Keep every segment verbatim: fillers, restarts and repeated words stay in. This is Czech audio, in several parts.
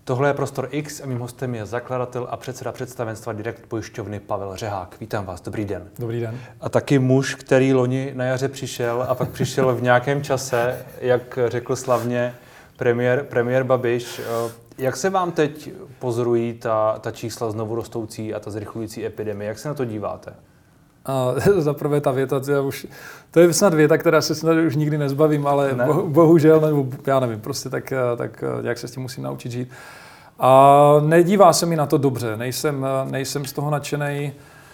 Tohle je Prostor X a mým hostem je zakladatel a předseda představenstva Direct pojišťovny Pavel Řehák. Vítám vás, dobrý den. Dobrý den. A taky muž, který loni na jaře přišel a pak přišel v nějakém čase, jak řekl slavně premiér, premiér Babiš. Jak se vám teď pozorují ta, ta čísla znovu rostoucí a ta zrychlující epidemie? Jak se na to díváte? A za prvé ta věta, to je, už, to je snad věta, která se snad už nikdy nezbavím, ale ne? bo, bohužel, nebo já nevím, prostě tak, tak jak se s tím musím naučit žít. A nedívá se mi na to dobře, nejsem, nejsem z toho nadšenej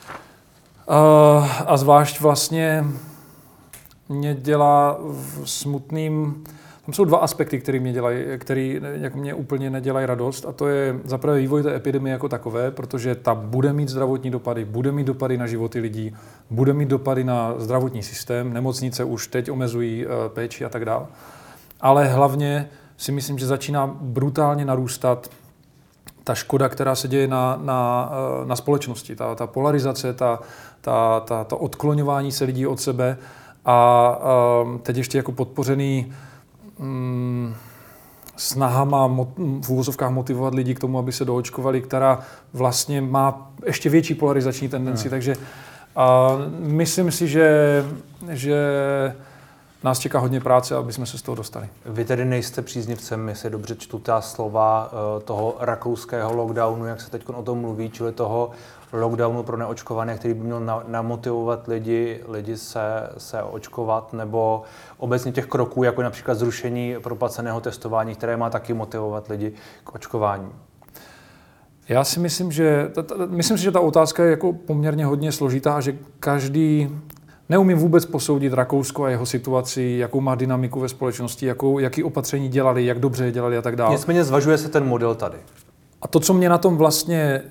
a, a zvlášť vlastně mě dělá smutným. Tam jsou dva aspekty, které mě dělají, který jako mě úplně nedělají radost, a to je za prvé vývoj té epidemie jako takové, protože ta bude mít zdravotní dopady, bude mít dopady na životy lidí, bude mít dopady na zdravotní systém, nemocnice už teď omezují péči a tak dále. Ale hlavně si myslím, že začíná brutálně narůstat ta škoda, která se děje na, na, na společnosti, ta, ta polarizace, ta, ta, ta, to odkloňování se lidí od sebe a, a teď ještě jako podpořený Hmm, snahama v úvozovkách motivovat lidi k tomu, aby se doočkovali, která vlastně má ještě větší polarizační tendenci. Hmm. Takže a myslím si, že, že nás čeká hodně práce, aby jsme se z toho dostali. Vy tedy nejste příznivcem, jestli dobře čtu ta slova toho rakouského lockdownu, jak se teď o tom mluví, čili toho lockdownu pro neočkované, který by měl namotivovat lidi, lidi se, se očkovat, nebo obecně těch kroků, jako například zrušení proplaceného testování, které má taky motivovat lidi k očkování? Já si myslím, že ta, ta, myslím si, že ta otázka je jako poměrně hodně složitá a že každý neumím vůbec posoudit Rakousko a jeho situaci, jakou má dynamiku ve společnosti, jakou, jaký opatření dělali, jak dobře je dělali a tak dále. Nicméně zvažuje se ten model tady. A to, co mě na tom vlastně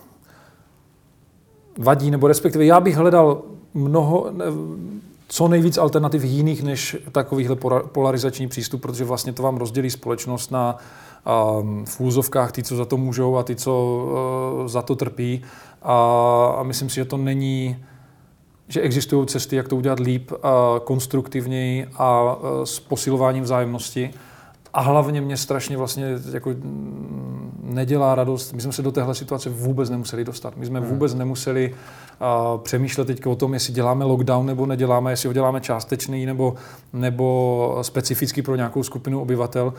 vadí, nebo respektive já bych hledal mnoho, co nejvíc alternativ jiných než takovýhle polarizační přístup, protože vlastně to vám rozdělí společnost na um, v úzovkách ty, co za to můžou a ty, co uh, za to trpí. A, a myslím si, že to není, že existují cesty, jak to udělat líp, a konstruktivněji a uh, s posilováním vzájemnosti. A hlavně mě strašně vlastně jako nedělá radost. My jsme se do téhle situace vůbec nemuseli dostat. My jsme hmm. vůbec nemuseli uh, přemýšlet teď o tom, jestli děláme lockdown nebo neděláme, jestli ho děláme částečný nebo, nebo specifický pro nějakou skupinu obyvatel.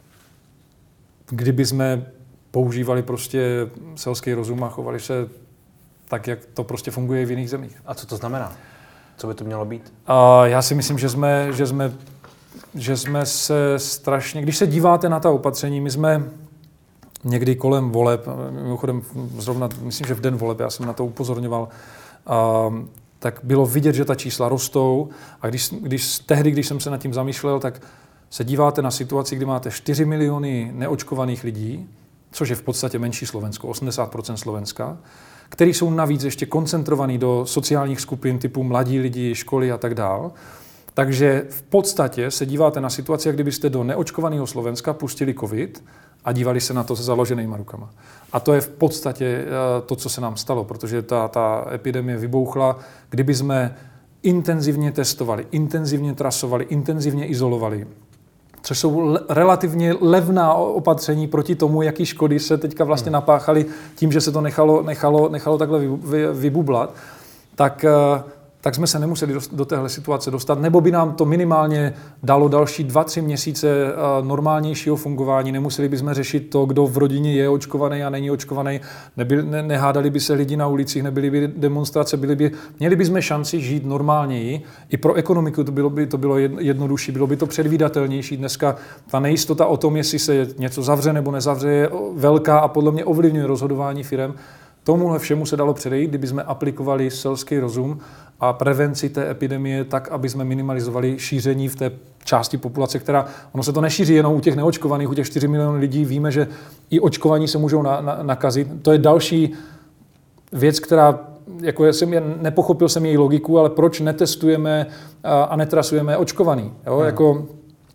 Kdyby jsme používali prostě selský rozum a chovali se tak, jak to prostě funguje v jiných zemích. A co to znamená? Co by to mělo být? Uh, já si myslím, že jsme, že jsme že jsme se strašně, když se díváte na ta opatření, my jsme někdy kolem voleb, mimochodem zrovna, myslím, že v den voleb, já jsem na to upozorňoval, a, tak bylo vidět, že ta čísla rostou a když, když tehdy, když jsem se nad tím zamýšlel, tak se díváte na situaci, kdy máte čtyři miliony neočkovaných lidí, což je v podstatě menší Slovensko, osmdesát procent Slovenska, který jsou navíc ještě koncentrovaní do sociálních skupin typu mladí lidi, školy a tak dál. Takže v podstatě se díváte na situaci, jak kdybyste do neočkovaného Slovenska pustili covid a dívali se na to se založenýma rukama. A to je v podstatě to, co se nám stalo, protože ta, ta epidemie vybouchla, kdyby jsme intenzivně testovali, intenzivně trasovali, intenzivně izolovali, což jsou le- relativně levná opatření proti tomu, jaký škody se teďka vlastně napáchaly tím, že se to nechalo, nechalo, nechalo takhle vybublat, tak tak jsme se nemuseli do, do téhle situace dostat, nebo by nám to minimálně dalo další dva, tři měsíce uh, normálnějšího fungování. Nemuseli bychom řešit to, kdo v rodině je očkovaný a není očkovaný. Nebyl, ne, nehádali by se lidi na ulicích, nebyly by demonstrace, byly by, měli bychom šanci žít normálněji. I pro ekonomiku to bylo by to bylo jednodušší, bylo by to předvídatelnější. Dneska ta nejistota o tom, jestli se něco zavře nebo nezavře, je velká a podle mě ovlivňuje rozhodování firem. Tomuhle všemu se dalo předejít, kdyby jsme aplikovali selský rozum a prevenci té epidemie tak, aby jsme minimalizovali šíření v té části populace, která, ono se to nešíří jenom u těch neočkovaných, u těch čtyři milionů lidí, víme, že i očkovaní se můžou na, na, nakazit. To je další věc, která, jako jsem je, nepochopil jsem její logiku, ale proč netestujeme a, a netrasujeme očkovaný. Jo? Hmm. Jako,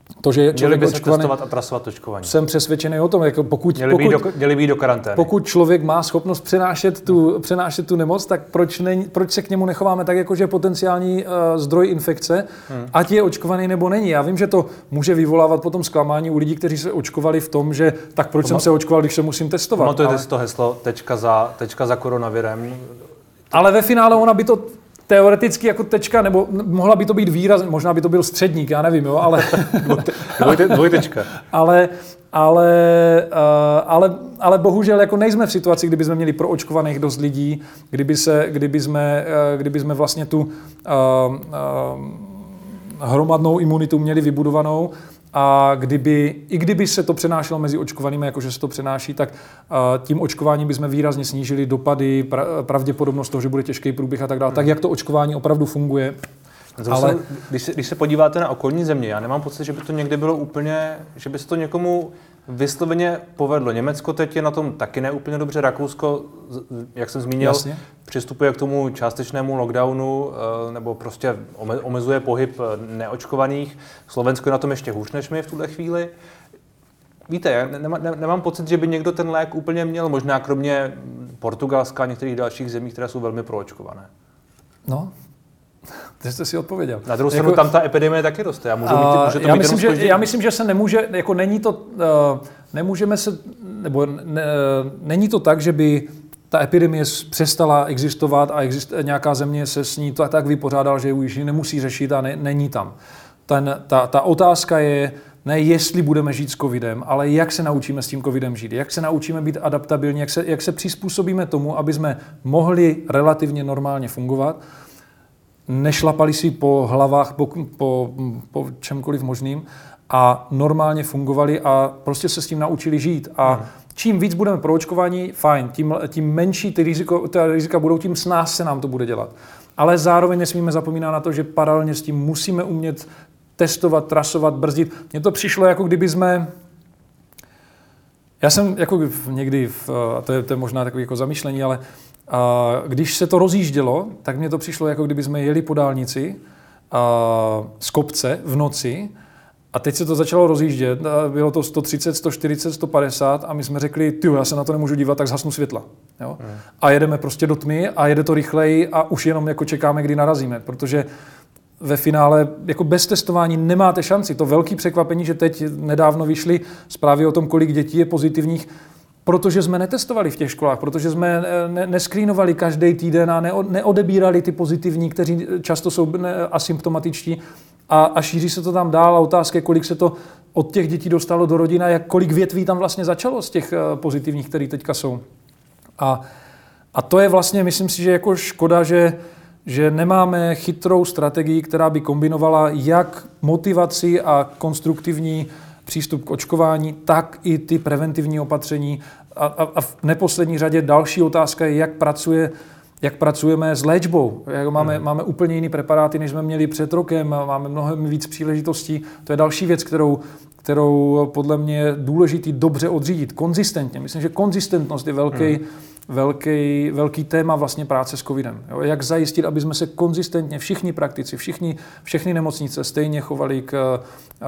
To, že měli by se testovat a trasovat očkování. Jsem přesvědčený o tom, jako pokud, měli, pokud, být do, měli být do karantény. Pokud člověk má schopnost přenášet tu, přenášet tu nemoc, tak proč, ne, proč se k němu nechováme tak, jako že je potenciální uh, zdroj infekce, hmm. ať je očkovaný nebo není. Já vím, že to může vyvolávat potom zklamání u lidí, kteří se očkovali v tom, že tak proč to jsem ma... se očkoval, když se musím testovat. Pamatujete ale... si to heslo tečka za, tečka za koronavirem. Ale ve finále ona by to teoreticky jako tečka, nebo mohla by to být výraz, možná by to byl středník, já nevím, jo, ale... Dvojte, dvojtečka. ale, ale, uh, ale, ale bohužel jako nejsme v situaci, kdyby jsme měli proočkovaných dost lidí, kdyby, se, kdyby, jsme, uh, kdyby jsme vlastně tu uh, uh, hromadnou imunitu měli vybudovanou, a kdyby, i kdyby se to přenášelo mezi očkovanými, jakože se to přenáší, tak uh, tím očkováním bychom výrazně snížili dopady, pra, pravděpodobnost toho, že bude těžký průběh a tak dále. Hmm. Tak jak to očkování opravdu funguje. Zase, ale... když, se, když se podíváte na okolní země, já nemám pocit, že by to někde bylo úplně, že by se to někomu vysloveně povedlo. Německo teď je na tom taky neúplně dobře, Rakousko, jak jsem zmínil, Jasně. přistupuje k tomu částečnému lockdownu nebo prostě omezuje pohyb neočkovaných. Slovensko je na tom ještě hůř než my v tuhle chvíli. Víte, já nemám, nemám pocit, že by někdo ten lék úplně měl, možná kromě Portugalska a některých dalších zemí, které jsou velmi proočkované. No. To jste si odpověděl. Na druhou stranu jako, tam ta epidemie taky roste. Já, můžu mít, může to já, mít myslím, že, já myslím, že se nemůže, jako není to, uh, nemůžeme se, nebo ne, není to tak, že by ta epidemie přestala existovat a exist, nějaká země se s ní to tak vypořádala, že už ji nemusí řešit a ne, není tam. Ten, ta, ta otázka je, ne jestli budeme žít s covidem, ale jak se naučíme s tím covidem žít, jak se naučíme být adaptabilní, jak se, jak se přizpůsobíme tomu, aby jsme mohli relativně normálně fungovat, nešlapali si po hlavách, po, po, po čemkoliv možným a normálně fungovali a prostě se s tím naučili žít. A hmm. čím víc budeme proočkováni, fajn, tím, tím menší ty, riziko, ty rizika budou, tím s nás se nám to bude dělat. Ale zároveň nesmíme zapomínat na to, že paralelně s tím musíme umět testovat, trasovat, brzdit. Mně to přišlo, jako kdyby jsme... Já jsem jako někdy, v, a to je, to je možná takové jako zamýšlení, ale a když se to rozjíždělo, tak mně to přišlo, jako kdyby jsme jeli po dálnici a, z kopce v noci a teď se to začalo rozjíždět, bylo to sto třicet, sto čtyřicet, sto padesát a my jsme řekli, tyjo, já se na to nemůžu dívat, tak zhasnu světla. Jo? Hmm. A jedeme prostě do tmy a jede to rychleji a už jenom jako čekáme, kdy narazíme, protože ve finále jako bez testování nemáte šanci. To velké překvapení, že teď nedávno vyšly zprávy o tom, kolik dětí je pozitivních, protože jsme netestovali v těch školách, protože jsme ne- neskrýnovali každý týden a neo- neodebírali ty pozitivní, kteří často jsou asymptomatičtí a, a šíří se to tam dál a otázka je, kolik se to od těch dětí dostalo do rodiny a jak, kolik větví tam vlastně začalo z těch pozitivních, který teďka jsou. A, a to je vlastně, myslím si, že jako škoda, že, že nemáme chytrou strategii, která by kombinovala jak motivaci a konstruktivní přístup k očkování, tak i ty preventivní opatření. A, a, a v neposlední řadě další otázka je, jak, pracuje, jak pracujeme s léčbou. Jak máme, hmm. máme úplně jiný preparáty, než jsme měli před rokem, máme mnohem víc příležitostí. To je další věc, kterou, kterou podle mě je důležitý dobře odřídit, konzistentně. Myslím, že konzistentnost je velký, hmm. velký, velký téma vlastně práce s covidem. Jo, jak zajistit, aby jsme se konzistentně všichni praktici, všichni, všechny nemocnice stejně chovali k,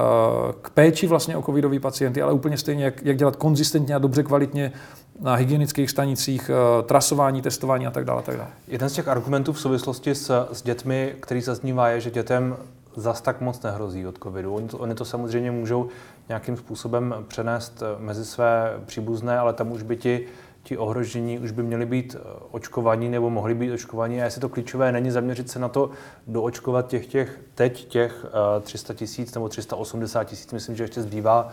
k péči vlastně o covidový pacienty, ale úplně stejně, jak, jak dělat konzistentně a dobře kvalitně na hygienických stanicích, trasování, testování a tak dále. Tak dále. Jeden z těch argumentů v souvislosti s, s dětmi, který zaznívá, je, že dětem zas tak moc nehrozí od covidu. Oni to, oni to samozřejmě můžou nějakým způsobem přenést mezi své příbuzné, ale tam už by ti ti ohrožení už by měli být očkovaní nebo mohli být očkovaní. A jestli to klíčové není zaměřit se na to, doočkovat těch, těch teď těch tři sta tisíc nebo tři sta osmdesát tisíc, myslím, že ještě zbývá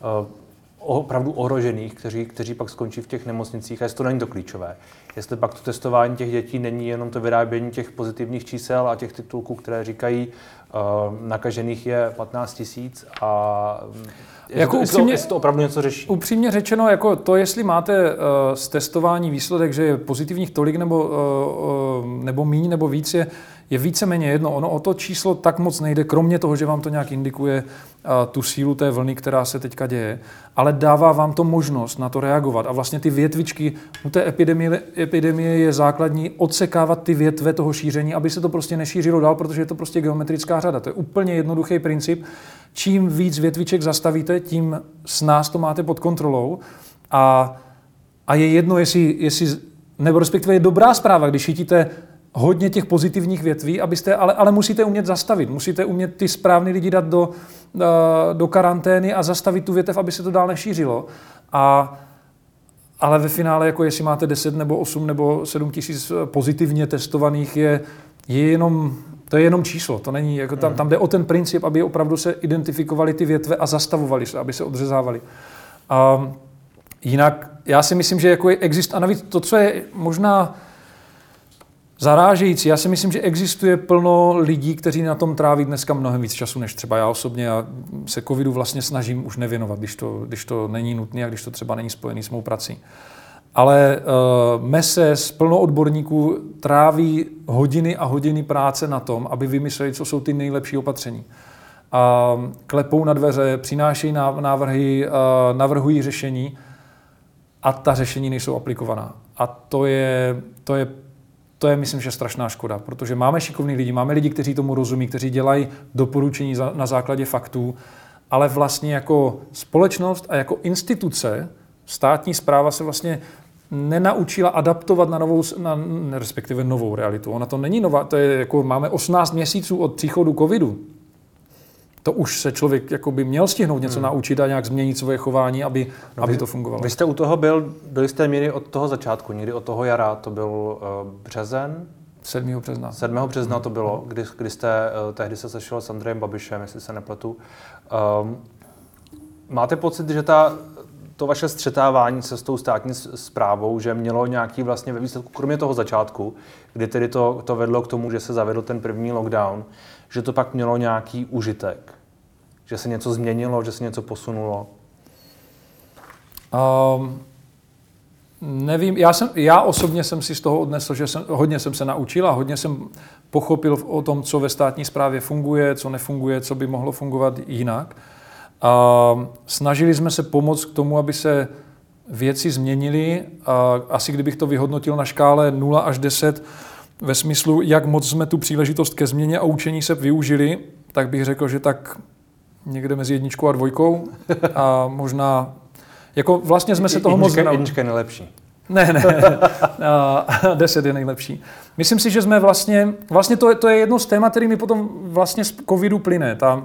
opravdu ohrožených, kteří, kteří pak skončí v těch nemocnicích. A jestli to není to klíčové. Jestli pak to testování těch dětí není jenom to vyrábění těch pozitivních čísel a těch titulků, které říkají, uh, nakažených je patnáct tisíc a jako to, upřímně, jestli to opravdu něco řeší. Upřímně řečeno, jako to, jestli máte uh, z testování výsledek, že je pozitivních tolik nebo, uh, uh, nebo míň nebo víc, je, je víceméně jedno. Ono o to číslo tak moc nejde, kromě toho, že vám to nějak indikuje uh, tu sílu té vlny, která se teďka děje, ale dává vám to možnost na to reagovat. A vlastně ty větvičky u té epidemie, epidemie je základní odsekávat ty větve toho šíření, aby se to prostě nešířilo dál, protože je to prostě geometrická řada. To je úplně jednoduchý princip. čím víc větviček zastavíte, tím s nás to máte pod kontrolou a, a je jedno, jestli, jestli, nebo respektive je dobrá zpráva, když chytíte hodně těch pozitivních větví, abyste, ale, ale musíte umět zastavit, musíte umět ty správný lidi dát do, do karantény a zastavit tu větev, aby se to dál nešířilo. A, ale ve finále, jako jestli máte deset nebo osm nebo sedm tisíc pozitivně testovaných, je, je jenom, to je jenom číslo. To není, jako tam, tam jde o ten princip, aby opravdu se identifikovaly ty větve a zastavovali se, aby se odřezávali. A jinak, já si myslím, že jako existuje, a navíc to, co je možná zarážející. Já si myslím, že existuje plno lidí, kteří na tom tráví dneska mnohem víc času než třeba já osobně. Já se covidu vlastně snažím už nevěnovat, když to, když to není nutné a když to třeba není spojený s mou prací. Ale uh, Meses, plno odborníků tráví hodiny a hodiny práce na tom, aby vymysleli, co jsou ty nejlepší opatření. A klepou na dveře, přinášejí návrhy, uh, navrhují řešení a ta řešení nejsou aplikovaná. A to je, to je To je, myslím, že strašná škoda, protože máme šikovný lidi, máme lidi, kteří tomu rozumí, kteří dělají doporučení na základě faktů, ale vlastně jako společnost a jako instituce, státní správa se vlastně nenaučila adaptovat na novou, na, respektive novou realitu. Ona to není nová, to je jako máme osmnáct měsíců od příchodu covidu. To už se člověk jako by měl stihnout něco hmm. naučit a nějak změnit svoje chování, aby, no aby vy, to fungovalo. Vy jste u toho byl do jisté míry od toho začátku, někdy od toho jara, to byl uh, březen? sedmého března. sedmého března hmm. to bylo, kdy, kdy jste uh, tehdy se sešel s Andrejem Babišem, jestli se nepletu. Um, máte pocit, že ta, to vaše střetávání se s tou státní správou, že mělo nějaký vlastně ve výsledku, kromě toho začátku, kdy tedy to, to vedlo k tomu, že se zavedl ten první lockdown, že to pak mělo nějaký užitek? Že se něco změnilo, že se něco posunulo? Um, nevím, já, jsem, já osobně jsem si z toho odnesl, že jsem, hodně jsem se naučil a hodně jsem pochopil o tom, co ve státní správě funguje, co nefunguje, co by mohlo fungovat jinak. Um, snažili jsme se pomoct k tomu, aby se věci změnily. A asi kdybych to vyhodnotil na škále nula až deset, ve smyslu, jak moc jsme tu příležitost ke změně a učení se využili, tak bych řekl, že tak někde mezi jedničkou a dvojkou a možná, jako vlastně jsme se toho moc... Jednička je nejlepší. Ne, ne, deset je nejlepší. Myslím si, že jsme vlastně, vlastně to je, to je jedno z témat, který mi potom vlastně z covidu plyne. Ta,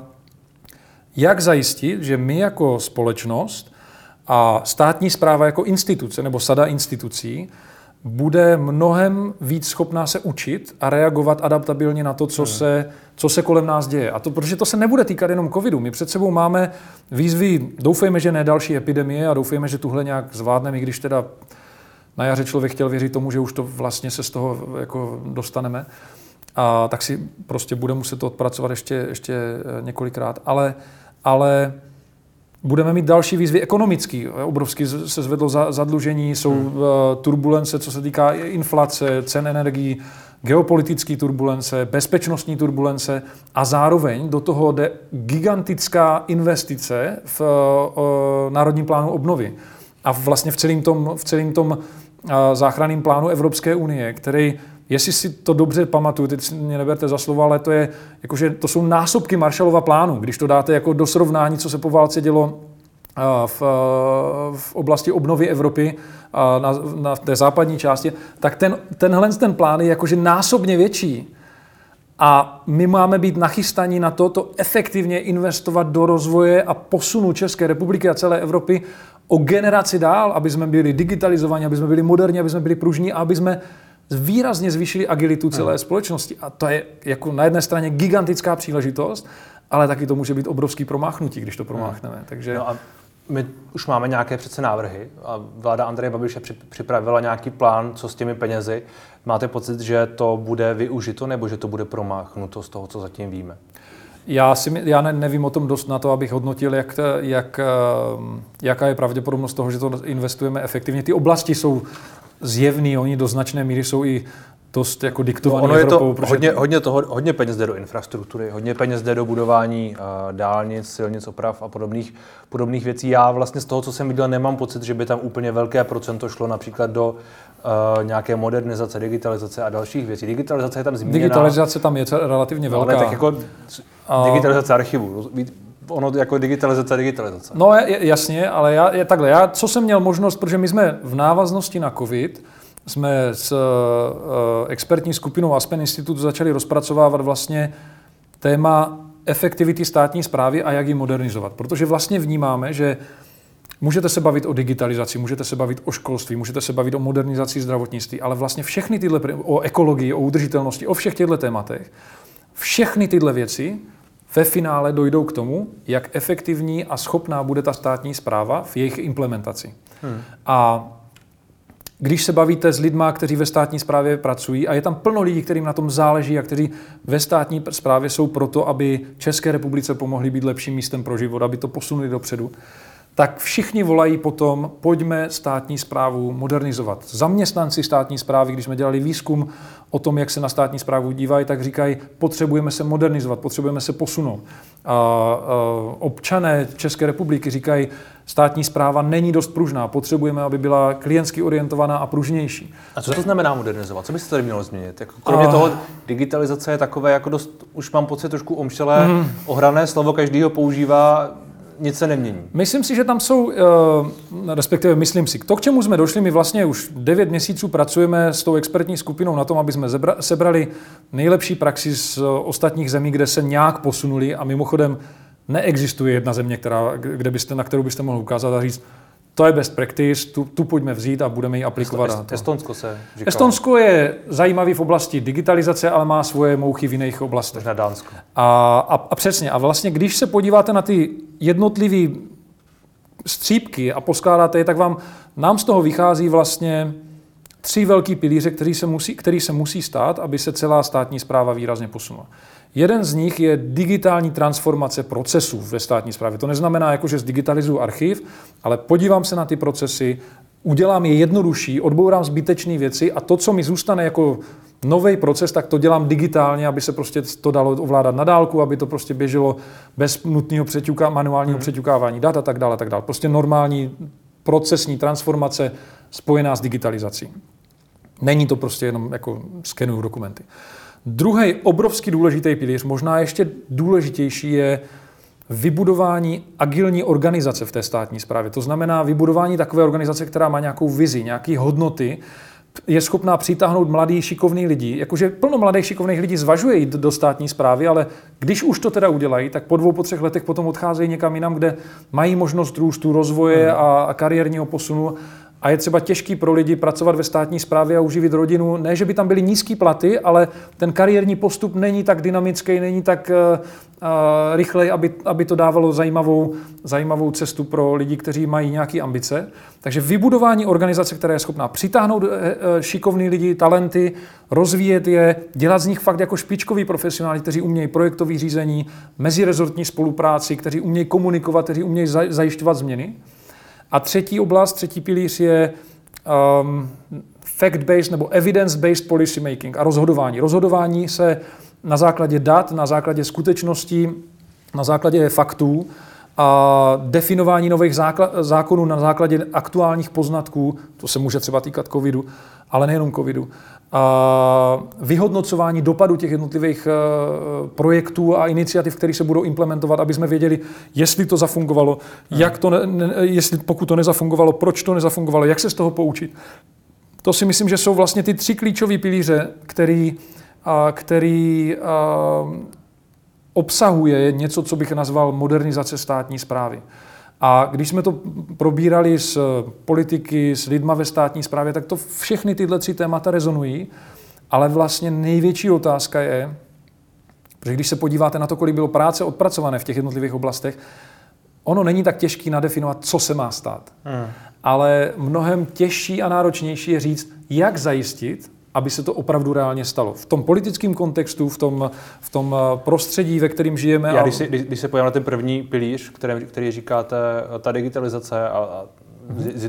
jak zajistit, že my jako společnost a státní správa jako instituce nebo sada institucí bude mnohem víc schopná se učit a reagovat adaptabilně na to, co, hmm. se, co se kolem nás děje. A to, protože to se nebude týkat jenom covidu. My před sebou máme výzvy, doufejme, že ne další epidemie a doufejme, že tuhle nějak zvládneme, i když teda na jaře člověk chtěl věřit tomu, že už to vlastně se z toho jako dostaneme. A tak si prostě bude muset to odpracovat ještě, ještě několikrát. Ale, ale budeme mít další výzvy ekonomický. Obrovsky se zvedlo zadlužení, jsou hmm. turbulence, co se týká inflace, cen energií, geopolitické turbulence, bezpečnostní turbulence a zároveň do toho jde gigantická investice v Národním plánu obnovy. A vlastně v celém tom, v celém tom záchranném plánu Evropské unie, který, jestli si to dobře pamatuju, teď si mě neberte za slovo, ale to je, jakože to jsou násobky Marshallova plánu. Když to dáte jako do srovnání, co se po válce dělo v, v oblasti obnovy Evropy na, na té západní části, tak ten, tenhle ten plán je jakože násobně větší. A my máme být nachystaní na to, to efektivně investovat do rozvoje a posunu České republiky a celé Evropy o generaci dál, aby jsme byli digitalizovaní, aby jsme byli moderní, aby jsme byli pružní a aby jsme výrazně zvýšili agilitu celé hmm. společnosti. A to je jako na jedné straně gigantická příležitost, ale taky to může být obrovský promáchnutí, když to promáchneme. Hmm. Takže... No a my už máme nějaké přece návrhy a vláda Andreje Babiše připravila nějaký plán, co s těmi penězi. Máte pocit, že to bude využito nebo že to bude promáchnuto z toho, co zatím víme? Já, si, já ne, nevím o tom dost na to, abych hodnotil, jak, jak, jaká je pravděpodobnost toho, že to investujeme efektivně. Ty oblasti jsou zjevný, oni do značné míry jsou i dost jako diktovaný no, Evropou. Je to hodně, hodně, toho, hodně peněz jde do infrastruktury, hodně peněz jde do budování uh, dálnic, silnic, oprav a podobných, podobných věcí. Já vlastně z toho, co jsem viděl, nemám pocit, že by tam úplně velké procento šlo například do uh, nějaké modernizace, digitalizace a dalších věcí. Digitalizace je tam zmíněná. Digitalizace tam je relativně velká. Ale tak jako a... digitalizace archivů. ono jako digitalizace, digitalizace. No jasně, ale já, je takhle, já, co jsem měl možnost, protože my jsme v návaznosti na covid, jsme s uh, expertní skupinou Aspen Institutu začali rozpracovávat vlastně téma efektivity státní správy a jak ji modernizovat. Protože vlastně vnímáme, že můžete se bavit o digitalizaci, můžete se bavit o školství, můžete se bavit o modernizaci zdravotnictví, ale vlastně všechny tyhle, o ekologii, o udržitelnosti, o všech těchto tématech, všechny tyhle věci ve finále dojdou k tomu, jak efektivní a schopná bude ta státní správa v jejich implementaci. Hmm. A když se bavíte s lidma, kteří ve státní správě pracují, a je tam plno lidí, kterým na tom záleží a kteří ve státní správě jsou proto, aby České republice pomohli být lepším místem pro život, aby to posunuli dopředu, tak všichni volají potom, pojďme státní správu modernizovat. Zaměstnanci státní správy, když jsme dělali výzkum o tom, jak se na státní správu dívají, tak říkají, potřebujeme se modernizovat, potřebujeme se posunout. A, a občané České republiky říkají, státní správa není dost pružná, potřebujeme, aby byla klientsky orientovaná a pružnější. A co to znamená modernizovat? Co by se tady mělo změnit? Jako kromě a... toho digitalizace je takové, jako dost, už mám pocit, trošku omšelé, mm. ohrané slovo, každý ho používá, nic se nemění. Myslím si, že tam jsou, respektive myslím si, to, k čemu jsme došli, my vlastně už devět měsíců pracujeme s tou expertní skupinou na tom, aby jsme zebra, sebrali nejlepší praxi z ostatních zemí, kde se nějak posunuli a mimochodem neexistuje jedna země, která, kde byste, na kterou byste mohli ukázat a říct, to je best practice, tu, tu pojďme vzít a budeme ji aplikovat. Est, Estonsko se říkalo. Estonsko je zajímavý v oblasti digitalizace, ale má svoje mouchy v jiných oblastech. Možná Dánsko. A, a, a přesně. A vlastně, když se podíváte na ty jednotlivé střípky a poskládáte je, tak vám, nám z toho vychází vlastně tři velký pilíře, který se musí, který se musí stát, aby se celá státní správa výrazně posunula. Jeden z nich je digitální transformace procesů ve státní správě. To neznamená, jako, že zdigitalizuju archiv, ale podívám se na ty procesy, udělám je jednodušší, odbourám zbytečné věci a to, co mi zůstane jako nový proces, tak to dělám digitálně, aby se prostě to dalo ovládat na dálku, aby to prostě běželo bez nutného přeťuka, manuálního hmm. přeťukávání dat a tak dále, tak dále. Prostě normální procesní transformace spojená s digitalizací. Není to prostě jenom jako skenuju dokumenty. Druhý obrovský důležitý pilíř, možná ještě důležitější, je vybudování agilní organizace v té státní správě. To znamená vybudování takové organizace, která má nějakou vizi, nějaké hodnoty, je schopná přitáhnout mladý, šikovný lidi. Jakože plno mladých, šikovných lidí zvažuje jít do státní správy, ale když už to teda udělají, tak po dvou, po třech letech potom odcházejí někam jinam, kde mají možnost růstu, rozvoje hmm. a, a kariérního posunu. A je třeba těžký pro lidi pracovat ve státní správě a uživit rodinu. Ne, že by tam byly nízké platy, ale ten kariérní postup není tak dynamický, není tak uh, uh, rychlej, aby, aby to dávalo zajímavou, zajímavou cestu pro lidi, kteří mají nějaké ambice. Takže vybudování organizace, která je schopná přitáhnout uh, šikovný lidi, talenty, rozvíjet je, dělat z nich fakt jako špičkoví profesionáli, kteří umějí projektové řízení, mezirezortní spolupráci, kteří umějí komunikovat, kteří umějí zajišťovat změny. A třetí oblast, třetí pilíř je um, fact-based nebo evidence-based policy making a rozhodování. Rozhodování se na základě dat, na základě skutečností, na základě faktů a definování nových zákla- zákonů na základě aktuálních poznatků, to se může třeba týkat covidu, ale nejenom covidu, a vyhodnocování dopadu těch jednotlivých uh, projektů a iniciativ, které se budou implementovat, aby jsme věděli, jestli to zafungovalo, hmm. jak to ne, ne, jestli pokud to nezafungovalo, proč to nezafungovalo, jak se z toho poučit. To si myslím, že jsou vlastně ty tři klíčové pilíře, který, uh, který uh, obsahuje něco, co bych nazval modernizace státní správy. A když jsme to probírali s politiky, s lidma ve státní správě, tak to všechny tyhle tři témata rezonují, ale vlastně největší otázka je, protože když se podíváte na to, kolik bylo práce odpracované v těch jednotlivých oblastech, ono není tak těžké nadefinovat, co se má stát. Hmm. Ale mnohem těžší a náročnější je říct, jak zajistit, aby se to opravdu reálně stalo. V tom politickém kontextu, v tom, v tom prostředí, ve kterém žijeme. Já, když, si, když, když se podívám na ten první pilíř, který, který říkáte, ta digitalizace a, a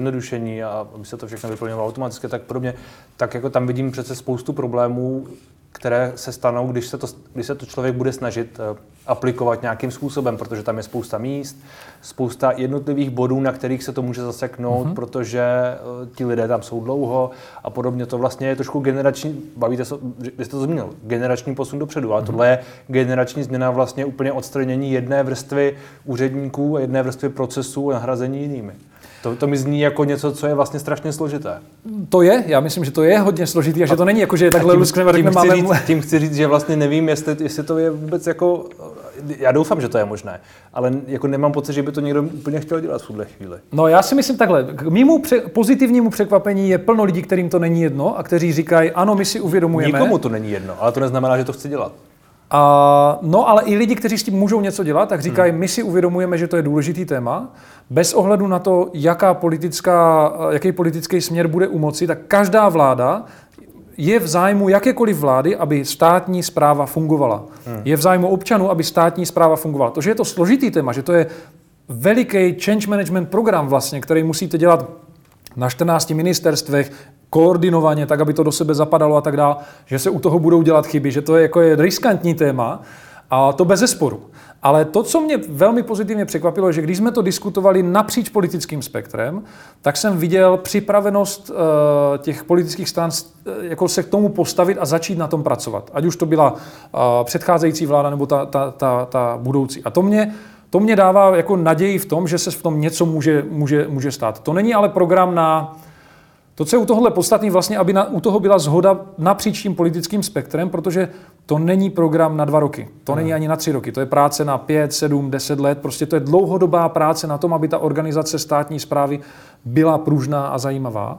zjednodušení a aby se to všechno vyplňovalo automaticky, tak podobně, tak jako tam vidím přece spoustu problémů které se stanou, když se to, když se to člověk bude snažit aplikovat nějakým způsobem, protože tam je spousta míst, spousta jednotlivých bodů, na kterých se to může zaseknout, mm-hmm. protože ti lidé tam jsou dlouho a podobně. To vlastně je trošku generační, bavíte se, vy jste to zmínil, generační posun dopředu, ale mm-hmm. tohle je generační změna vlastně úplně odstranění jedné vrstvy úředníků a jedné vrstvy procesů a nahrazení jinými. To, to mi zní jako něco, co je vlastně strašně složité. To je, já myslím, že to je hodně složitý a že to není jako, že takhle luskneme a řekneme, máme... Říct, tím chci říct, že vlastně nevím, jestli, jestli to je vůbec jako... Já doufám, že to je možné, ale jako nemám pocit, že by to někdo úplně chtěl dělat v tuhle chvíli. No já si myslím takhle, k mému pře- pozitivnímu překvapení je plno lidí, kterým to není jedno a kteří říkají, ano, my si uvědomujeme... Nikomu to není jedno, ale to neznamená, že to chci dělat. A, no, ale i lidi, kteří s tím můžou něco dělat, tak říkají, hmm. my si uvědomujeme, že to je důležitý téma. Bez ohledu na to, jaká politická, jaký politický směr bude u moci, tak každá vláda je v zájmu jakékoliv vlády, aby státní správa fungovala. Hmm. Je v zájmu občanů, aby státní správa fungovala. To, že je to složitý téma, že to je veliký change management program vlastně, který musíte dělat na čtrnácti ministerstvech, koordinovaně, tak, aby to do sebe zapadalo a tak dále, že se u toho budou dělat chyby, že to je, jako je riskantní téma a to bez zesporu. Ale to, co mě velmi pozitivně překvapilo, že když jsme to diskutovali napříč politickým spektrem, tak jsem viděl připravenost uh, těch politických stran uh, jako se k tomu postavit a začít na tom pracovat. Ať už to byla uh, předcházející vláda nebo ta, ta, ta, ta budoucí. A to mě, to mě dává jako naději v tom, že se v tom něco může, může, může stát. To není ale program na... To, co je u tohohle podstatný, vlastně, aby na, u toho byla shoda napříč tím politickým spektrem, protože to není program na dva roky. To hmm. není ani na tři roky. To je práce na pět, sedm, deset let. Prostě to je dlouhodobá práce na tom, aby ta organizace státní správy byla pružná a zajímavá.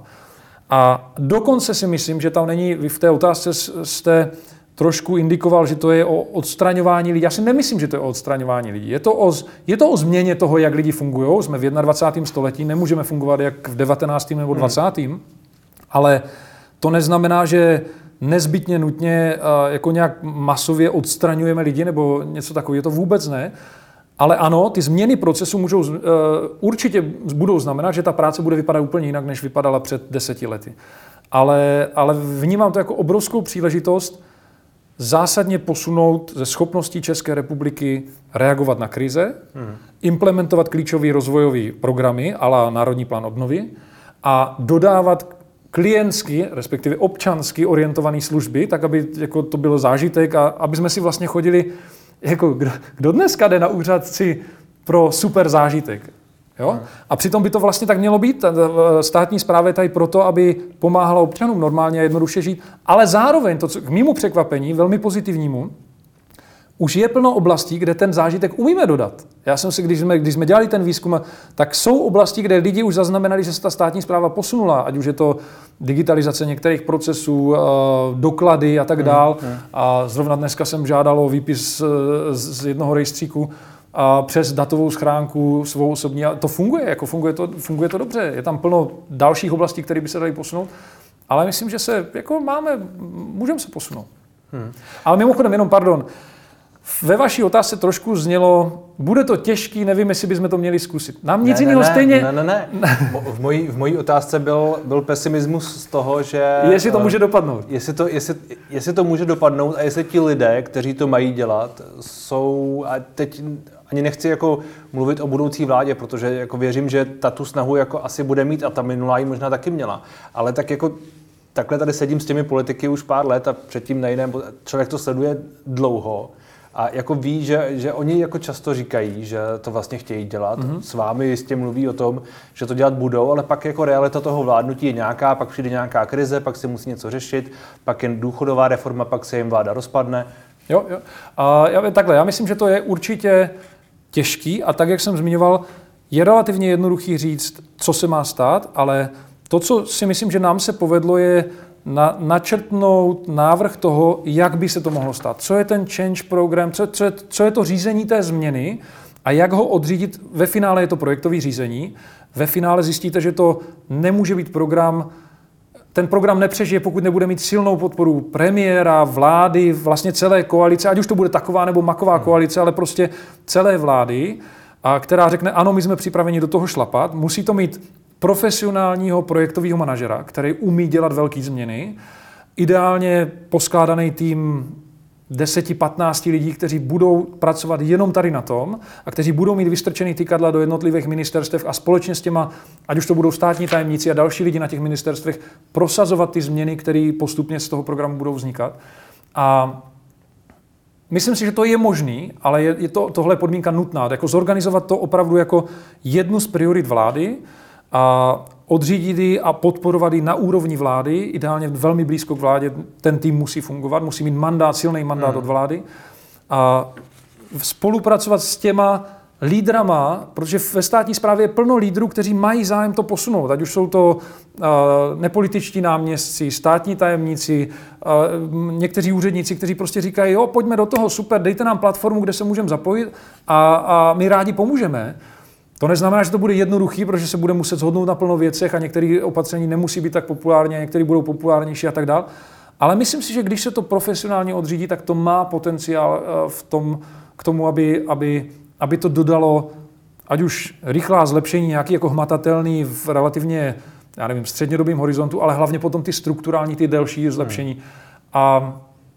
A dokonce si myslím, že tam není, v té otázce jste trošku indikoval, že to je o odstraňování lidí. Já si nemyslím, že to je o odstraňování lidí. Je to o, je to o změně toho, jak lidi fungují. Jsme v dvacátém prvním století, nemůžeme fungovat jak v devatenáctém nebo dvacátém Hmm. Ale to neznamená, že nezbytně nutně jako nějak masově odstraňujeme lidi nebo něco takového. To vůbec ne. Ale ano, ty změny procesu můžou, uh, určitě budou znamenat, že ta práce bude vypadat úplně jinak, než vypadala před deseti lety. Ale, ale vnímám to jako obrovskou příležitost zásadně posunout ze schopností České republiky reagovat na krize, hmm. implementovat klíčové rozvojové programy a la Národní plán obnovy a dodávat klientsky, respektive občansky orientované služby, tak aby jako to bylo zážitek a aby jsme si vlastně chodili, jako kdo, kdo dneska jde na úřad si pro super zážitek. Jo? Hmm. A přitom by to vlastně tak mělo být. Státní správa je tady proto, aby pomáhala občanům normálně a jednoduše žít, ale zároveň, to, co k mému překvapení, velmi pozitivnímu, už je plno oblastí, kde ten zážitek umíme dodat. Já jsem si, když jsme, když jsme dělali ten výzkum, tak jsou oblasti, kde lidi už zaznamenali, že se ta státní správa posunula, ať už je to digitalizace některých procesů, doklady a tak dál. Hmm. A zrovna dneska jsem žádal o výpis z jednoho rejstříku a přes datovou schránku svou osobní. A to funguje, jako funguje to, funguje to dobře. Je tam plno dalších oblastí, které by se daly posunout, ale myslím, že se jako máme, můžeme se posunout. Hmm. Ale mimochodem, jenom pardon, ve vaší otázce trošku znělo, bude to těžký, nevím, jestli bychom to měli zkusit. Nám nic ne, jiného ne, stejně... Ne, ne, ne. V mojí, v mojí otázce byl, byl pesimismus z toho, že... Jestli to může dopadnout. Jestli to, jestli, jestli to může dopadnout a jestli ti lidé, kteří to mají dělat, jsou... A teď ani nechci jako mluvit o budoucí vládě, protože jako věřím, že ta tu snahu jako asi bude mít a ta minulá ji možná taky měla. Ale tak jako... Takhle tady sedím s těmi politiky už pár let a předtím na jiném... Člověk to sleduje dlouho. A jako ví, že, že oni jako často říkají, že to vlastně chtějí dělat. Mm-hmm. S vámi jistě mluví o tom, že to dělat budou, ale pak jako realita toho vládnutí je nějaká, pak přijde nějaká krize, pak se musí něco řešit, pak je důchodová reforma, pak se jim vláda rozpadne. Jo, jo. A já, takhle, já myslím, že to je určitě těžký a tak, jak jsem zmiňoval, je relativně jednoduchý říct, co se má stát, ale to, co si myslím, že nám se povedlo, je Na, načrtnout návrh toho, jak by se to mohlo stát. Co je ten change program, co, co, je, co je to řízení té změny a jak ho odřídit. Ve finále je to projektové řízení. Ve finále zjistíte, že to nemůže být program, ten program nepřežije, pokud nebude mít silnou podporu premiéra, vlády, vlastně celé koalice, ať už to bude taková nebo maková koalice, ale prostě celé vlády, a která řekne, ano, my jsme připraveni do toho šlapat. Musí to mít profesionálního projektového manažera, který umí dělat velké změny ideálně poskládaný tým deset patnáct lidí, kteří budou pracovat jenom tady na tom a kteří budou mít vystrčený tykadla do jednotlivých ministerstev a společně s těma, ať už to budou státní tajemníci a další lidi na těch ministerstvech, prosazovat ty změny, které postupně z toho programu budou vznikat. A myslím si, že to je možný, ale je, je to, tohle podmínka nutná. Jako zorganizovat to opravdu jako jednu z priorit vlády a odřídit ji a podporovat ji na úrovni vlády, ideálně velmi blízko k vládě, ten tým musí fungovat, musí mít mandát, silný mandát hmm. od vlády a spolupracovat s těma lídrama, protože ve státní správě je plno lídrů, kteří mají zájem to posunout, ať už jsou to uh, nepolitičtí náměstci, státní tajemníci, uh, někteří úředníci, kteří prostě říkají, jo, pojďme do toho, super, dejte nám platformu, kde se můžeme zapojit a, a my rádi pomůžeme. To neznamená, že to bude jednoduchý, protože se bude muset shodnout na plno věcech a některé opatření nemusí být tak populární, a některé budou populárnější a tak dál. Ale myslím si, že když se to profesionálně odřídí, tak to má potenciál v tom, k tomu, aby, aby, aby to dodalo ať už rychlá zlepšení, nějaký jako hmatatelný v relativně, já nevím, střednědobým horizontu, ale hlavně potom ty strukturální, ty delší zlepšení. Hmm. A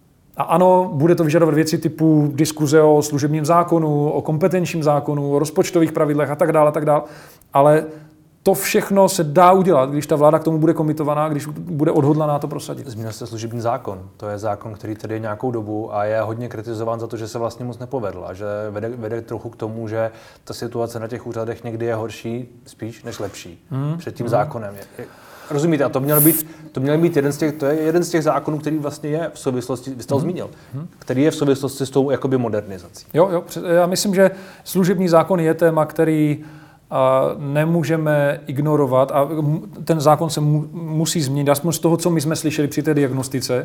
A ano, bude to vyžadovat věci typu diskuze o služebním zákonu, o kompetenčním zákonu, o rozpočtových pravidlech a tak dále, a tak dále. Ale to všechno se dá udělat, když ta vláda k tomu bude komitovaná, když bude odhodlaná to prosadit. Zmínil jste služební zákon. To je zákon, který tady je nějakou dobu a je hodně kritizován za to, že se vlastně moc nepovedl a že vede, vede trochu k tomu, že ta situace na těch úřadech někdy je horší spíš než lepší hmm. před tím hmm. zákonem. Je, Rozumíte, a to měl být, to měl být jeden z těch, to je jeden z těch zákonů, který vlastně je v souvislosti, vy jste ho zmínil, hmm. který je v souvislosti s tou jakoby modernizací. Jo, jo, já myslím, že služební zákon je téma, který a, nemůžeme ignorovat a ten zákon se mu, musí změnit, aspoň z toho, co my jsme slyšeli při té diagnostice,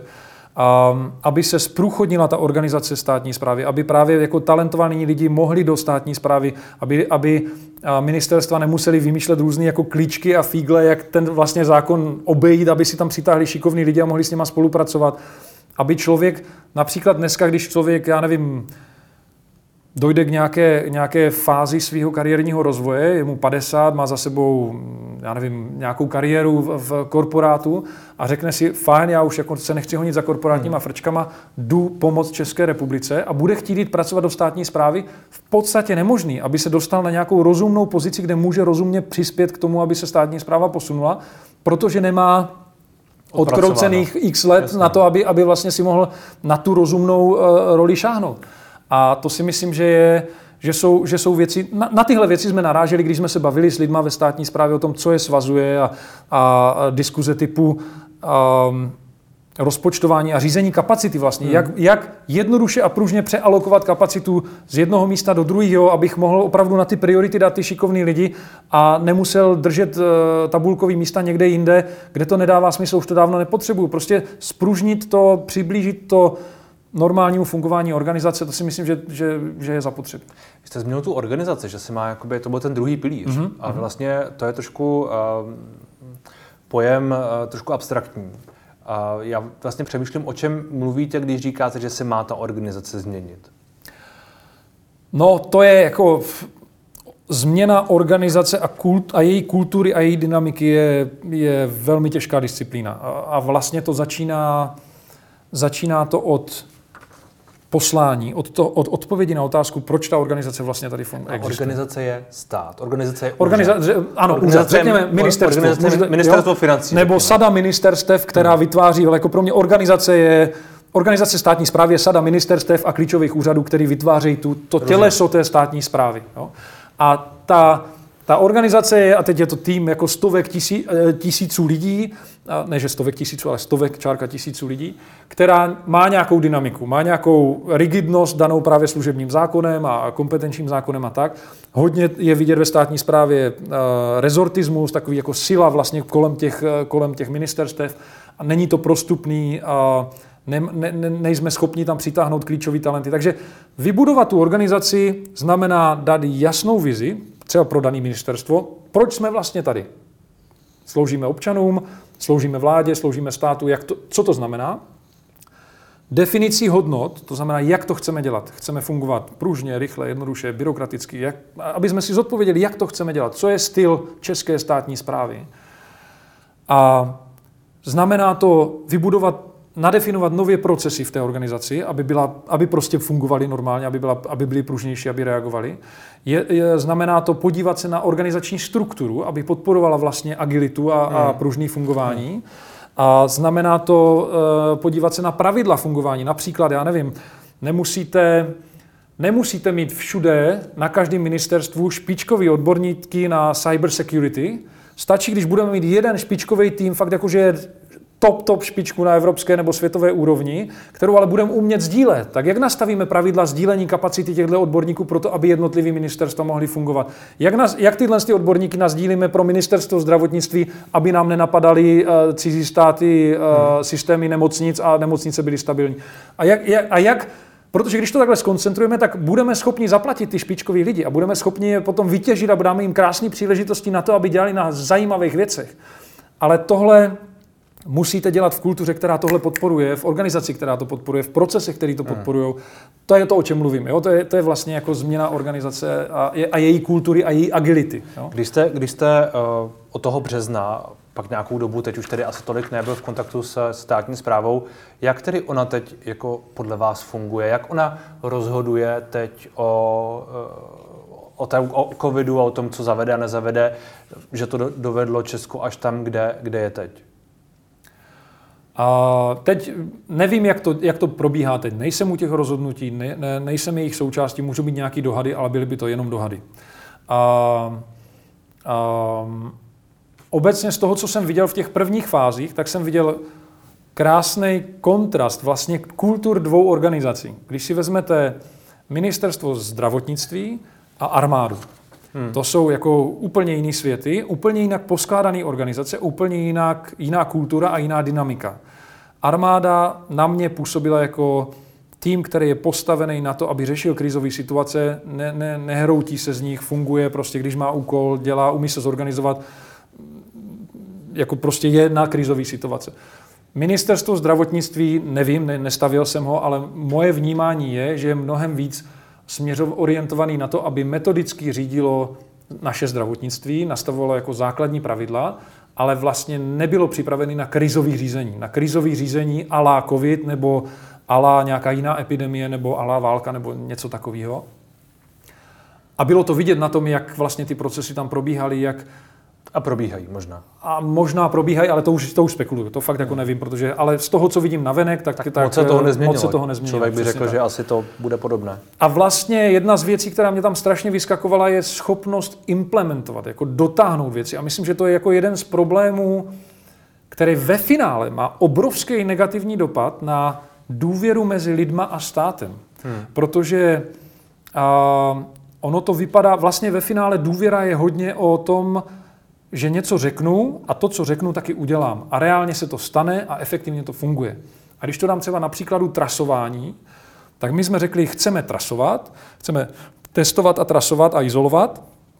a, aby se zprůchodnila ta organizace státní správy, aby právě jako talentovaní lidi mohli do státní správy, aby, aby ministerstva nemuseli vymýšlet různé jako klíčky a fígle, jak ten vlastně zákon obejít, aby si tam přitáhli šikovní lidi a mohli s nima spolupracovat. Aby člověk, například dneska, když člověk, já nevím, dojde k nějaké, nějaké fázi svého kariérního rozvoje, je mu padesát, má za sebou, já nevím, nějakou kariéru v, v korporátu a řekne si, fajn, já už jako se nechci honit za korporátníma hmm. frčkama, jdu pomoct České republice a bude chtít jít pracovat do státní správy, v podstatě nemožný, aby se dostal na nějakou rozumnou pozici, kde může rozumně přispět k tomu, aby se státní správa posunula, protože nemá odkroucených x let Jasně. na to, aby, aby vlastně si mohl na tu rozumnou uh, roli šáhnout. A to si myslím, že, je, že, jsou, že jsou věci, na, na tyhle věci jsme naráželi, když jsme se bavili s lidma ve státní správě o tom, co je svazuje a, a, a diskuze typu um, rozpočtování a řízení kapacity vlastně. Hmm. Jak, jak jednoduše a pružně přealokovat kapacitu z jednoho místa do druhého, abych mohl opravdu na ty priority dát ty šikovný lidi a nemusel držet uh, tabulkový místa někde jinde, kde to nedává smysl, už to dávno nepotřebuju. Prostě spružnit to, přiblížit to normálnímu fungování organizace, to si myslím, že, že, že je zapotřebí. Vy jste zmínil tu organizaci, že se má, jakoby, to byl ten druhý pilíř. Mm-hmm. A vlastně to je trošku uh, pojem uh, trošku abstraktní. Uh, já vlastně přemýšlím, o čem mluvíte, když říkáte, že se má ta organizace změnit. No, to je jako změna organizace a, kult, a její kultury a její dynamiky je, je velmi těžká disciplína. A, a vlastně to začíná, začíná to od poslání, od, to, od odpovědi na otázku, proč ta organizace vlastně tady funguje. Organizace je stát, organizace je Organiza- úřad. Ano, úřad, řekněme ministerstvo. Organizace, ministerstvo financí. Nebo sada ministerstev, která hmm. vytváří, jako pro mě organizace je, organizace státní správy je sada ministerstev a klíčových úřadů, který vytvářejí tu, to těleso té státní správy. Jo? A ta, ta organizace je, a teď je to tým jako stovek tisí, tisíců lidí, ne že stovek tisíců, ale stovek čárka tisíců lidí, která má nějakou dynamiku, má nějakou rigidnost danou právě služebním zákonem a kompetenčním zákonem a tak. Hodně je vidět ve státní správě uh, rezortismus, takový jako sila vlastně kolem těch, kolem těch ministerstev a není to prostupný a ne, ne, nejsme schopni tam přitáhnout klíčový talenty. Takže vybudovat tu organizaci znamená dát jasnou vizi, třeba pro dané ministerstvo, proč jsme vlastně tady. Sloužíme občanům, sloužíme vládě, sloužíme státu, jak to, co to znamená. Definicí hodnot, to znamená, jak to chceme dělat. Chceme fungovat pružně, rychle, jednoduše, byrokraticky, jak, aby jsme si zodpověděli, jak to chceme dělat, co je styl české státní správy. A znamená to vybudovat nadefinovat nově procesy v té organizaci, aby, byla, aby prostě fungovaly normálně, aby, byla, aby byly pružnější, aby reagovaly. Je, je, znamená to podívat se na organizační strukturu, aby podporovala vlastně agilitu a, hmm. a pružné fungování. Hmm. A znamená to uh, podívat se na pravidla fungování. Například, já nevím, nemusíte, nemusíte mít všude na každém ministerstvu špičkový odborníky na cyber security. Stačí, když budeme mít jeden špičkový tým, fakt jakože top, top špičku na evropské nebo světové úrovni, kterou ale budeme umět sdílet. Tak jak nastavíme pravidla sdílení kapacity těchto odborníků pro to, aby jednotlivý ministerstva mohly fungovat? Jak, nás, jak tyhle ty odborníky nasdílíme pro ministerstvo zdravotnictví, aby nám nenapadaly uh, cizí státy, uh, hmm. systémy nemocnic a nemocnice byly stabilní? A jak, jak, a jak Protože když to takhle skoncentrujeme, tak budeme schopni zaplatit ty špičkoví lidi a budeme schopni je potom vytěžit a dáme jim krásné příležitosti na to, aby dělali na zajímavých věcech. Ale tohle musíte dělat v kultuře, která tohle podporuje, v organizaci, která to podporuje, v procesech, které to podporují. To je to, o čem mluvím. Jo? To, je, to je vlastně jako změna organizace a, je, a její kultury a její agility. Jo? Když jste, když jste uh, od toho března, pak nějakou dobu, teď už tedy asi tolik nebyl v kontaktu se státní správou, jak tedy ona teď jako podle vás funguje? Jak ona rozhoduje teď o, o, té, o covidu a o tom, co zavede a nezavede, že to dovedlo Česko až tam, kde, kde je teď? A teď nevím, jak to, jak to probíhá teď. Nejsem u těch rozhodnutí, ne, ne, nejsem jejich součástí, můžou být nějaký dohady, ale byly by to jenom dohady. A, a, obecně z toho, co jsem viděl v těch prvních fázích, tak jsem viděl krásný kontrast vlastně kultur dvou organizací. Když si vezmete ministerstvo zdravotnictví a armádu. Hmm. To jsou jako úplně jiný světy, úplně jinak poskládané organizace, úplně jinak, jiná kultura a jiná dynamika. Armáda na mě působila jako tým, který je postavený na to, aby řešil krizové situace, ne, ne, nehroutí se z nich, funguje prostě, když má úkol, dělá, umí se zorganizovat, jako prostě je na krizové situace. Ministerstvo zdravotnictví, nevím, ne, nestavil jsem ho, ale moje vnímání je, že je mnohem víc směřov orientovaný na to, aby metodicky řídilo naše zdravotnictví, nastavovalo jako základní pravidla, ale vlastně nebylo připravený na krizové řízení. Na krizové řízení a la covid, nebo a la nějaká jiná epidemie, nebo a la válka, nebo něco takového. A bylo to vidět na tom, jak vlastně ty procesy tam probíhaly, jak a probíhají možná. A možná probíhají, ale to už, to už spekuluju. To fakt jako nevím, protože, ale z toho, co vidím navenek, tak, tak, tak moc se toho nezměnilo. Moc se toho nezměnilo. Člověk by řekl, tak. Že asi to bude podobné. A vlastně jedna z věcí, která mě tam strašně vyskakovala, je schopnost implementovat, jako dotáhnout věci. A myslím, že to je jako jeden z problémů, který ve finále má obrovský negativní dopad na důvěru mezi lidma a státem. Hmm. Protože a, ono to vypadá, vlastně ve finále důvěra je hodně o tom, že něco řeknu a to, co řeknu, taky udělám. A reálně se to stane a efektivně to funguje. A když to dám třeba na příkladu trasování, tak my jsme řekli, chceme trasovat, chceme testovat a trasovat a izolovat.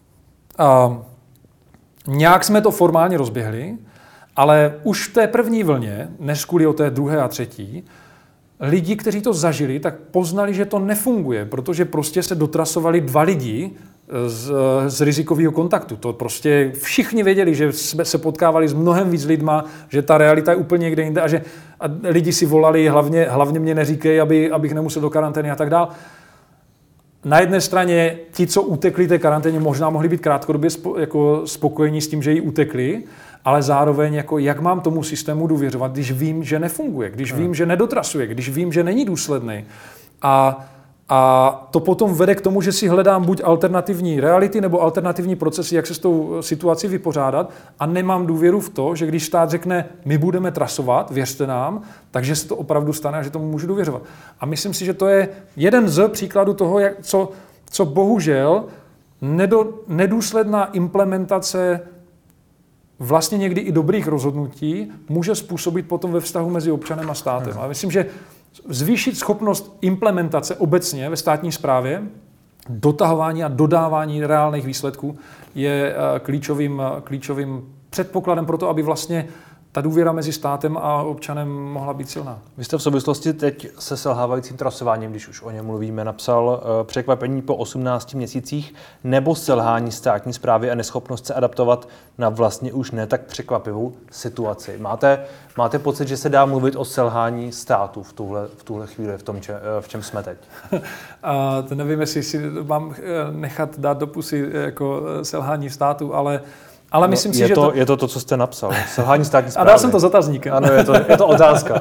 A nějak jsme to formálně rozběhli, ale už v té první vlně, než kvůli o té druhé a třetí, lidi, kteří to zažili, tak poznali, že to nefunguje, protože prostě se dotrasovali dva lidi z, z rizikového kontaktu. To prostě všichni věděli, že jsme se potkávali s mnohem víc lidma, že ta realita je úplně někde jinde a že a lidi si volali, hlavně, hlavně mě neříkej, aby, abych nemusel do karantény a tak dál. Na jedné straně ti, co utekli té karanténě, možná mohli být krátkodobě spo, jako spokojení s tím, že ji utekli, ale zároveň, jako, jak mám tomu systému důvěřovat, když vím, že nefunguje, když hmm. vím, že nedotrasuje, když vím, že není důsledný. A, a to potom vede k tomu, že si hledám buď alternativní reality nebo alternativní procesy, jak se s tou situací vypořádat a nemám důvěru v to, že když stát řekne, my budeme trasovat, věřte nám, takže se to opravdu stane a že tomu můžu důvěřovat. A myslím si, že to je jeden z příkladů toho, jak, co, co bohužel nedo, nedůsledná implementace vlastně někdy i dobrých rozhodnutí může způsobit potom ve vztahu mezi občanem a státem. A myslím, že zvýšit schopnost implementace obecně ve státní správě, dotahování a dodávání reálných výsledků je klíčovým, klíčovým předpokladem pro to, aby vlastně ta důvěra mezi státem a občanem mohla být silná. Vy jste v souvislosti teď se selhávajícím trasováním, když už o něm mluvíme, napsal uh, překvapení po osmnácti měsících nebo selhání státní správy a neschopnost se adaptovat na vlastně už ne tak překvapivou situaci. Máte, máte pocit, že se dá mluvit o selhání státu v tuhle, v tuhle chvíli, v tom, če, v čem jsme teď? A to nevím, jestli si mám nechat dát do pusy jako selhání státu, ale Ale myslím no, si, je že to, to... Je to to, co jste napsal. Selhání státní správy. A dal jsem to s otazníkem. Ano, je to, je to otázka.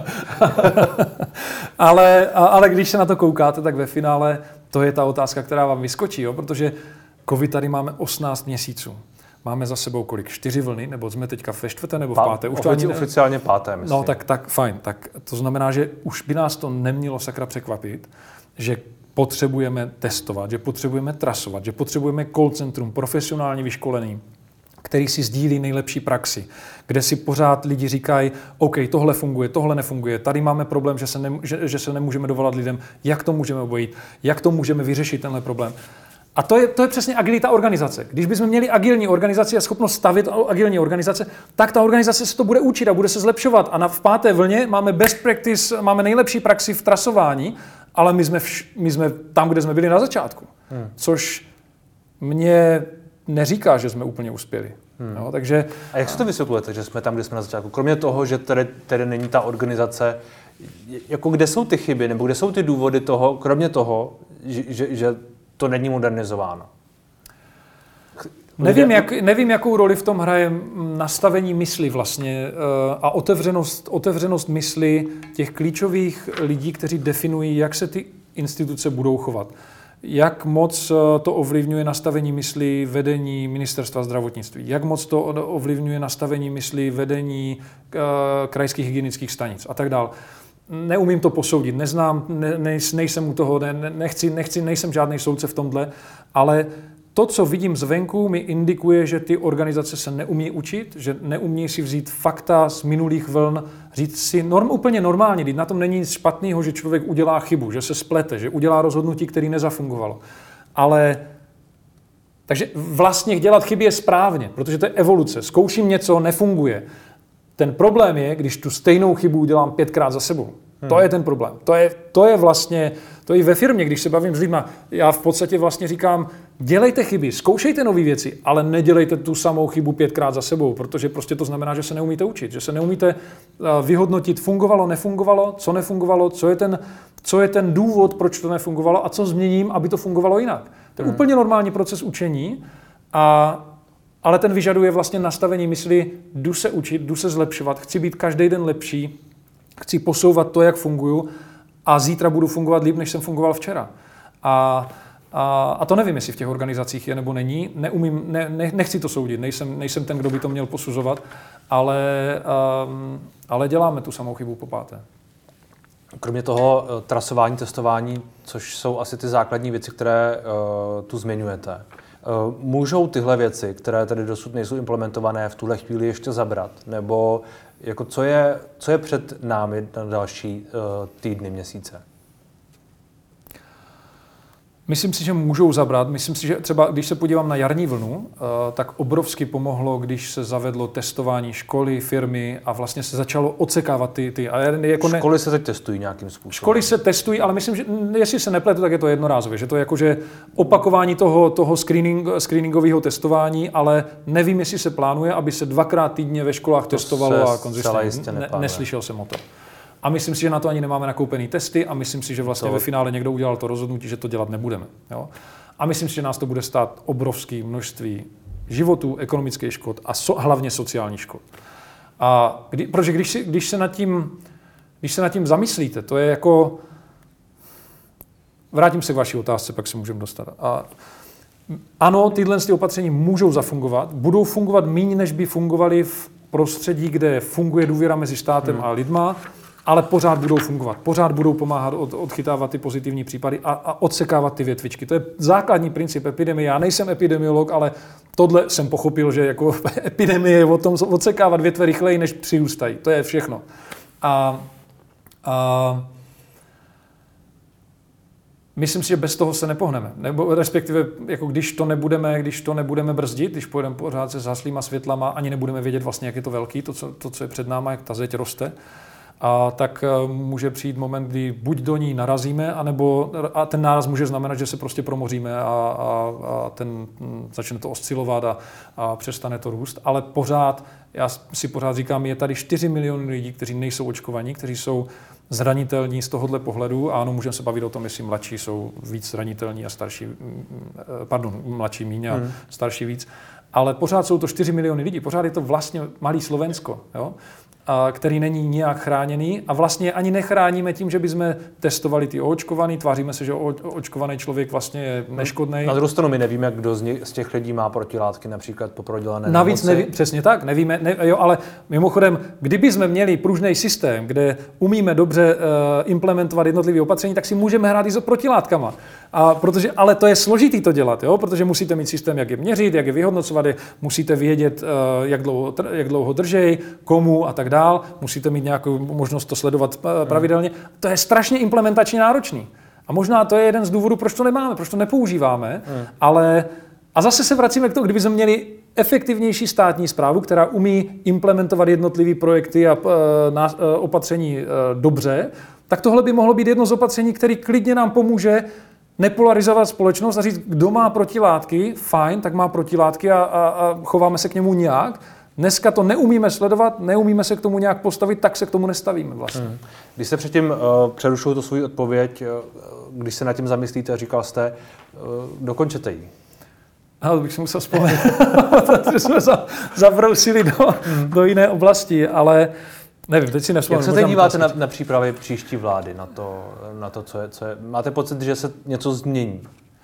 ale, ale když se na to koukáte, tak ve finále to je ta otázka, která vám vyskočí, jo? Protože covid tady máme osmnáct měsíců. Máme za sebou kolik? Čtyři vlny? Nebo jsme teďka ve čtvrté nebo v páté? Už to ani ne... Oficiálně páté, myslím. No tak, tak fajn. Tak to znamená, že už by nás to nemělo sakra překvapit, že potřebujeme testovat, že potřebujeme trasovat, že potřebujeme call centrum profesionálně vyškolený, který si sdílí nejlepší praxi, kde si pořád lidi říkají, OK, tohle funguje, tohle nefunguje, tady máme problém, že se, ne, že, že se nemůžeme dovolat lidem, jak to můžeme obojít, jak to můžeme vyřešit tenhle problém. A to je, to je přesně agilita organizace. Když bychom měli agilní organizaci a schopnost stavit agilní organizace, tak ta organizace se to bude učit a bude se zlepšovat. A na, v páté vlně máme best practice, máme nejlepší praxi v trasování, ale my jsme, vš, my jsme tam, kde jsme byli na začátku. Hmm. Což mě neříká, že jsme úplně uspěli. Hmm. No, takže... A jak se to vysvětlujete, že jsme tam, kde jsme na začátku? Kromě toho, že tady, tady není ta organizace, jako kde jsou ty chyby, nebo kde jsou ty důvody toho, kromě toho, že, že, že to není modernizováno? Nevím, jak, nevím, jakou roli v tom hraje nastavení mysli vlastně a otevřenost, otevřenost mysli těch klíčových lidí, kteří definují, jak se ty instituce budou chovat. Jak moc to ovlivňuje nastavení mysli vedení ministerstva zdravotnictví? Jak moc to ovlivňuje nastavení mysli vedení krajských hygienických stanic a tak dále? Neumím to posoudit, neznám, ne, nejsem u toho, ne, nechci, nechci, nejsem žádný soudce v tomhle, ale to, co vidím zvenku, mi indikuje, že ty organizace se neumí učit, že neumí si vzít fakta z minulých vln, říct si norm, úplně normálně, když na tom není nic špatného, že člověk udělá chybu, že se splete, že udělá rozhodnutí, které nezafungovalo. Ale takže vlastně dělat chyby je správně, protože to je evoluce. Zkouším něco, nefunguje. Ten problém je, když tu stejnou chybu udělám pětkrát za sebou. Hmm. To je ten problém. To je, to je vlastně, to i ve firmě, když se bavím s lidma, já v podstatě vlastně říkám, dělejte chyby, zkoušejte nové věci, ale nedělejte tu samou chybu pětkrát za sebou, protože prostě to znamená, že se neumíte učit, že se neumíte vyhodnotit, fungovalo, nefungovalo, co nefungovalo, co je ten, co je ten důvod, proč to nefungovalo a co změním, aby to fungovalo jinak. To je hmm. úplně normální proces učení, a, ale ten vyžaduje vlastně nastavení mysli, jdu se učit, jdu se zlepšovat, chci být každý den lepší, chci posouvat to, jak funguju a zítra budu fungovat líp, než jsem fungoval včera. A, a, a to nevím, jestli v těch organizacích je nebo není. Neumím, ne, ne, nechci to soudit, nejsem, nejsem ten, kdo by to měl posuzovat, ale, um, ale děláme tu samou chybu po páté. Kromě toho trasování, testování, což jsou asi ty základní věci, které uh, tu zmiňujete, uh, můžou tyhle věci, které tady dosud nejsou implementované, v tuhle chvíli ještě zabrat? Nebo jako co je, co je před námi na další uh, týdny, měsíce? Myslím si, že můžou zabrat. Myslím si, že třeba když se podívám na jarní vlnu, tak obrovsky pomohlo, když se zavedlo testování školy, firmy a vlastně se začalo odsekávat ty... ty a jako ne... Školy se teď testují nějakým způsobem. Školy se testují, ale myslím, že jestli se nepletu, tak je to jednorázově. Že to je jakože opakování toho, toho screening, screeningového testování, ale nevím, jestli se plánuje, aby se dvakrát týdně ve školách to testovalo a konzistentně. Ne, neslyšel jsem o to. A myslím si, že na to ani nemáme nakoupený testy a myslím si, že vlastně to... ve finále někdo udělal to rozhodnutí, že to dělat nebudeme. Jo? A myslím si, že nás to bude stát obrovské množství životů, ekonomických škod a so, hlavně sociálních škod. A kdy, protože když, si, když, se nad tím, když se nad tím zamyslíte, to je jako... Vrátím se k vaší otázce, pak se můžeme dostat. A ano, tyhle ty opatření můžou zafungovat, budou fungovat méně, než by fungovaly v prostředí, kde funguje důvěra mezi státem hmm. a lidma, ale pořád budou fungovat, pořád budou pomáhat od, odchytávat ty pozitivní případy a, a odsekávat ty větvičky. To je základní princip epidemie. Já nejsem epidemiolog, ale tohle jsem pochopil, že jako epidemie je o tom odsekávat větve rychleji, než přirůstají. To je všechno. A, a, myslím si, že bez toho se nepohneme. Nebo respektive, jako když to nebudeme, když to nebudeme brzdit, když pojedeme pořád se zaslýma světlama, ani nebudeme vědět vlastně, jak je to velký, to, co, to, co je před náma, jak ta zeď roste, a tak může přijít moment, kdy buď do ní narazíme, anebo a ten náraz může znamenat, že se prostě promoříme a, a, a ten, začne to oscilovat a, a přestane to růst. Ale pořád, já si pořád říkám, je tady čtyři miliony lidí, kteří nejsou očkovaní, kteří jsou zranitelní z tohohle pohledu. A ano, můžeme se bavit o tom, jestli mladší jsou víc zranitelní a starší, pardon, mladší míň a hmm. starší víc. Ale pořád jsou to čtyři miliony lidí, pořád je to vlastně malý Slovensko, jo? A který není nijak chráněný a vlastně ani nechráníme tím, že bychom testovali ty oočkovaný, tváříme se, že oočkovaný člověk vlastně je neškodný. Na druhou stranu my nevíme, kdo z, z těch lidí má protilátky například po prodělané Navíc neví, přesně tak, nevíme, ne, jo, ale mimochodem, kdyby jsme měli pružný systém, kde umíme dobře uh, implementovat jednotlivé opatření, tak si můžeme hrát i s protilátkama. A protože, ale to je složitý to dělat, jo? Protože musíte mít systém, jak je měřit, jak je vyhodnocovat, je, musíte vědět, uh, jak dlouho, jak dlouho držej, komu a tak dál, musíte mít nějakou možnost to sledovat uh, pravidelně. Hmm. To je strašně implementačně náročný. A možná to je jeden z důvodů, proč to nemáme, proč to nepoužíváme, hmm. ale a zase se vracíme k tomu, kdyby jsme měli efektivnější státní správu, která umí implementovat jednotlivé projekty a uh, na, uh, opatření uh, dobře, tak tohle by mohlo být jedno z opatření, které klidně nám pomůže nepolarizovat společnost a říct, kdo má protilátky, fajn, tak má protilátky a, a, a chováme se k němu nějak. Dneska to neumíme sledovat, neumíme se k tomu nějak postavit, tak se k tomu nestavíme vlastně. Hmm. Když jste předtím uh, přerušil tu svou odpověď, uh, když se nad tím zamyslíte, říkal jste, uh, dokončete ji. Ale bych si musel vzpomenout, protože jsme za, zabrousili do, hmm. do jiné oblasti, ale nevím, teď si nevzpomenu. Jak se teď díváte na, na přípravy příští vlády, na to, na to co, je, co je? Máte pocit, že se něco změní?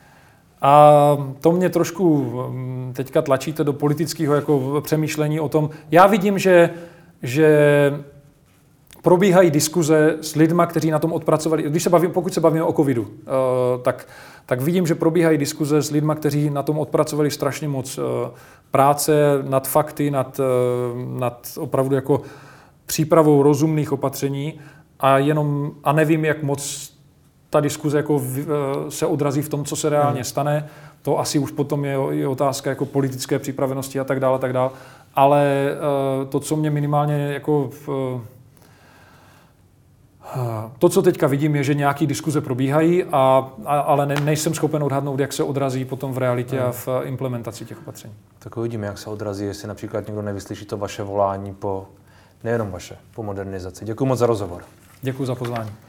A to mě trošku teďka tlačíte do politického jako přemýšlení o tom. Já vidím, že, že probíhají diskuze s lidma, kteří na tom odpracovali. Když se bavím, pokud se bavíme o covidu, tak, tak vidím, že probíhají diskuze s lidma, kteří na tom odpracovali strašně moc práce nad fakty, nad, nad opravdu jako přípravou rozumných opatření a jenom a nevím, jak moc ta diskuze jako v, se odrazí v tom, co se reálně stane. To asi už potom je, je otázka jako politické připravenosti a tak dále, a tak dále. Ale to, co mě minimálně jako v, to, co teďka vidím, je, že nějaké diskuze probíhají, a, a, ale ne, nejsem schopen odhadnout, jak se odrazí potom v realitě a v implementaci těch opatření. Tak uvidíme, jak se odrazí, jestli například někdo nevyslyší to vaše volání po, nejenom vaše, po modernizaci. Děkuji moc za rozhovor. Děkuji za pozvání.